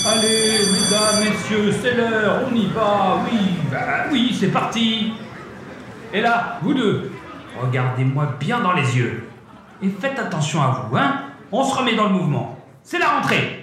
Allez, mesdames, messieurs, c'est l'heure, on y va, oui, c'est parti. Et là, vous deux, regardez-moi bien dans les yeux. Et faites attention à vous, hein. On se remet dans le mouvement. C'est la rentrée.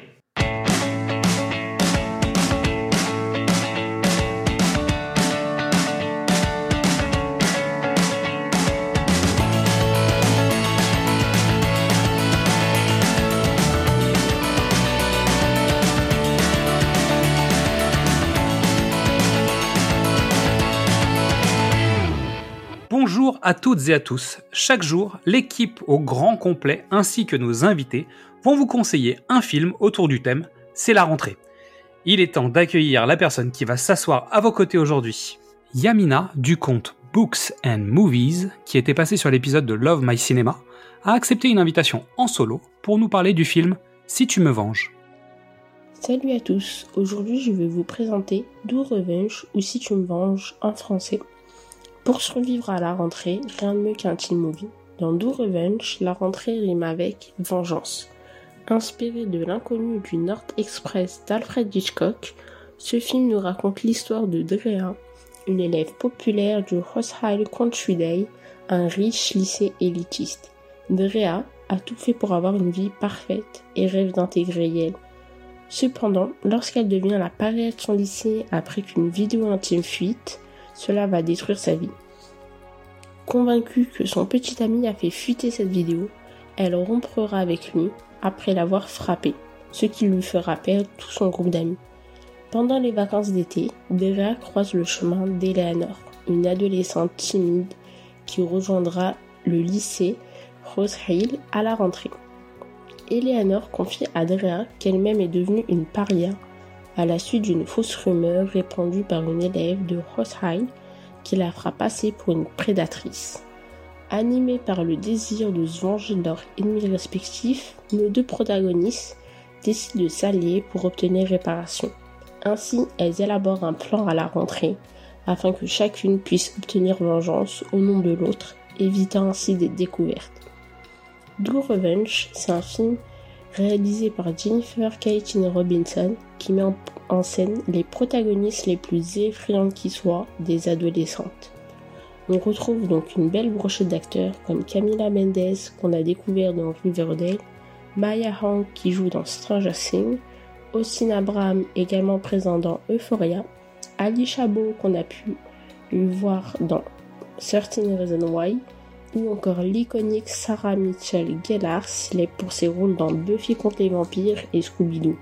Bonjour à toutes et à tous. Chaque jour, l'équipe au grand complet ainsi que nos invités vont vous conseiller un film autour du thème « C'est la rentrée ». Il est temps d'accueillir la personne qui va s'asseoir à vos côtés aujourd'hui. Yamina, du compte Books and Movies, qui était passée sur l'épisode de Love My Cinema, a accepté une invitation en solo pour nous parler du film « Si tu me venges ». Salut à tous, aujourd'hui je vais vous présenter Do Revenge ou Si tu me venges en français. Pour survivre à la rentrée, rien de mieux qu'un teen movie. Dans Do Revenge, la rentrée rime avec vengeance. Inspiré de L'inconnu du Nord Express d'Alfred Hitchcock, ce film nous raconte l'histoire de Drea, une élève populaire du Rose Hill Country Day, un riche lycée élitiste. Drea a tout fait pour avoir une vie parfaite et rêve d'intégrer Yale. Cependant, lorsqu'elle devient la pariah de son lycée après qu'une vidéo intime fuite, cela va détruire sa vie. Convaincue que son petit ami a fait fuiter cette vidéo, elle rompra avec lui après l'avoir frappé, ce qui lui fera perdre tout son groupe d'amis. Pendant les vacances d'été, Drea croise le chemin d'Eleanor, une adolescente timide qui rejoindra le lycée Rose Hill à la rentrée. Eleanor confie à Drea qu'elle-même est devenue une paria à la suite d'une fausse rumeur répandue par une élève de Rose Hill qui la fera passer pour une prédatrice. Animés par le désir de se venger de leurs ennemis respectifs, nos deux protagonistes décident de s'allier pour obtenir réparation. Ainsi, elles élaborent un plan à la rentrée afin que chacune puisse obtenir vengeance au nom de l'autre, évitant ainsi des découvertes. Do Revenge, c'est un film réalisé par Jennifer Kaytin Robinson qui met en scène les protagonistes les plus effrayantes qui soient, des adolescentes. On retrouve donc une belle brochette d'acteurs comme Camila Mendes qu'on a découvert dans Riverdale, Maya Hong qui joue dans Stranger Things, Austin Abraham également présent dans Euphoria, Ali Chabot qu'on a pu voir dans 13 Reasons Why, ou encore l'iconique Sarah Michelle Gellar, célèbre pour ses rôles dans Buffy contre les vampires et Scooby-Doo.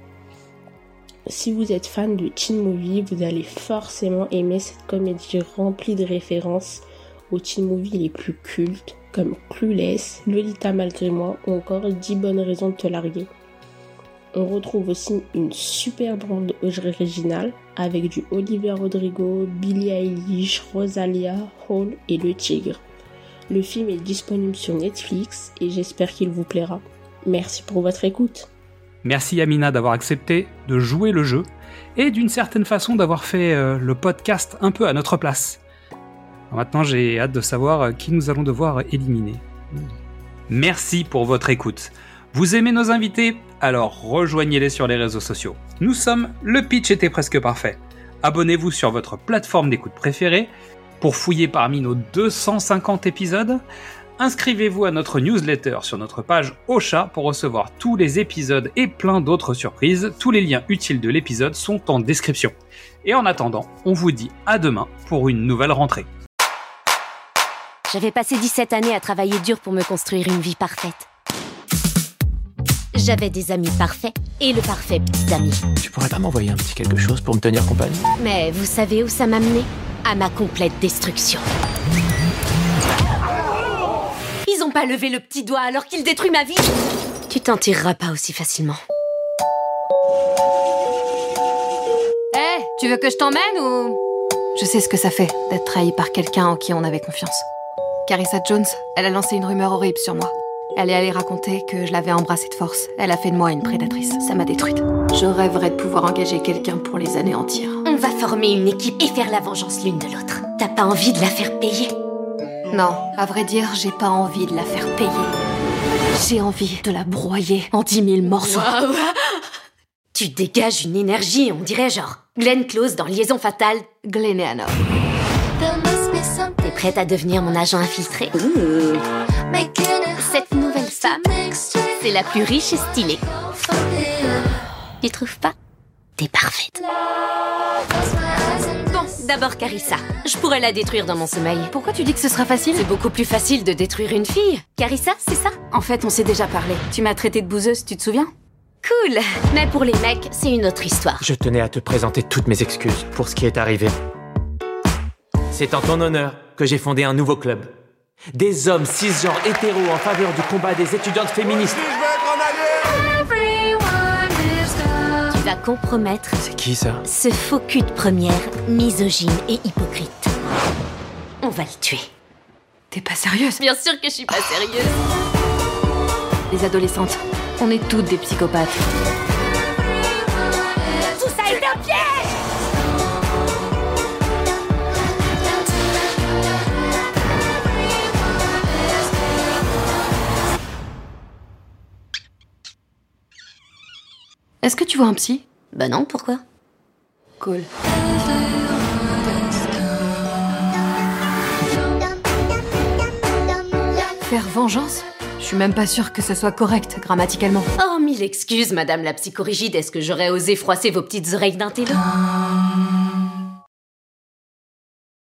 Si vous êtes fan de teen movie, vous allez forcément aimer cette comédie remplie de références aux teen movies les plus cultes, comme Clueless, Lolita malgré moi, ou encore 10 bonnes raisons de te larguer. On retrouve aussi une super bande originale, avec du Olivia Rodrigo, Billie Eilish, Rosalia, Hall et Le Tigre. Le film est disponible sur Netflix et j'espère qu'il vous plaira. Merci pour votre écoute. Merci Yamina d'avoir accepté de jouer le jeu et d'une certaine façon d'avoir fait le podcast un peu à notre place. Maintenant j'ai hâte de savoir qui nous allons devoir éliminer. Merci pour votre écoute. Vous aimez nos invités ? Alors rejoignez-les sur les réseaux sociaux. Nous sommes Le Pitch était presque parfait. Abonnez-vous sur votre plateforme d'écoute préférée pour fouiller parmi nos 250 épisodes. Inscrivez-vous à notre newsletter sur notre page Ocha pour recevoir tous les épisodes et plein d'autres surprises. Tous les liens utiles de l'épisode sont en description. Et en attendant, on vous dit à demain pour une nouvelle rentrée. J'avais passé 17 années à travailler dur pour me construire une vie parfaite. J'avais des amis parfaits et le parfait petit ami. Tu pourrais pas m'envoyer un petit quelque chose pour me tenir compagnie ? Mais vous savez où ça m'a mené ? À ma complète destruction. Ils ont pas levé le petit doigt alors qu'il détruit ma vie. Tu t'en tireras pas aussi facilement. Hé, tu veux que je t'emmène ou... Je sais ce que ça fait d'être trahi par quelqu'un en qui on avait confiance. Carissa Jones, elle a lancé une rumeur horrible sur moi. Elle est allée raconter que je l'avais embrassée de force. Elle a fait de moi une prédatrice. Ça m'a détruite. Je rêverais de pouvoir engager quelqu'un pour les anéantir. On va former une équipe et faire la vengeance l'une de l'autre. T'as pas envie de la faire payer ? Non, à vrai dire, j'ai pas envie de la faire payer. J'ai envie de la broyer en 10 000 morceaux. Wow. Tu dégages une énergie, on dirait genre Glenn Close dans Liaison Fatale. Glenn. T'es prête à devenir mon agent infiltré? Cette nouvelle femme, c'est la plus riche et stylée. Tu trouves pas? T'es parfaite. Bon, d'abord Carissa. Je pourrais la détruire dans mon sommeil. Pourquoi tu dis que ce sera facile? C'est beaucoup plus facile de détruire une fille. Carissa, c'est ça? En fait, on s'est déjà parlé. Tu m'as traité de bouseuse, tu te souviens? Cool. Mais pour les mecs, c'est une autre histoire. Je tenais à te présenter toutes mes excuses pour ce qui est arrivé. C'est en ton honneur que j'ai fondé un nouveau club. Des hommes cisgenres hétéros en faveur du combat des étudiantes féministes. Tu vas compromettre C'est qui ça? ce faux cul de première, misogyne et hypocrite. On va le tuer. T'es pas sérieuse? Bien sûr que je suis pas sérieuse. Les adolescentes, on est toutes des psychopathes. Tout ça est un piège! Est-ce que tu vois un psy? Bah non, pourquoi? Cool. Faire vengeance? Je suis même pas sûre que ça soit correct grammaticalement. Oh, mille excuses, madame la psychorigide. Est-ce que j'aurais osé froisser vos petites oreilles d'intello?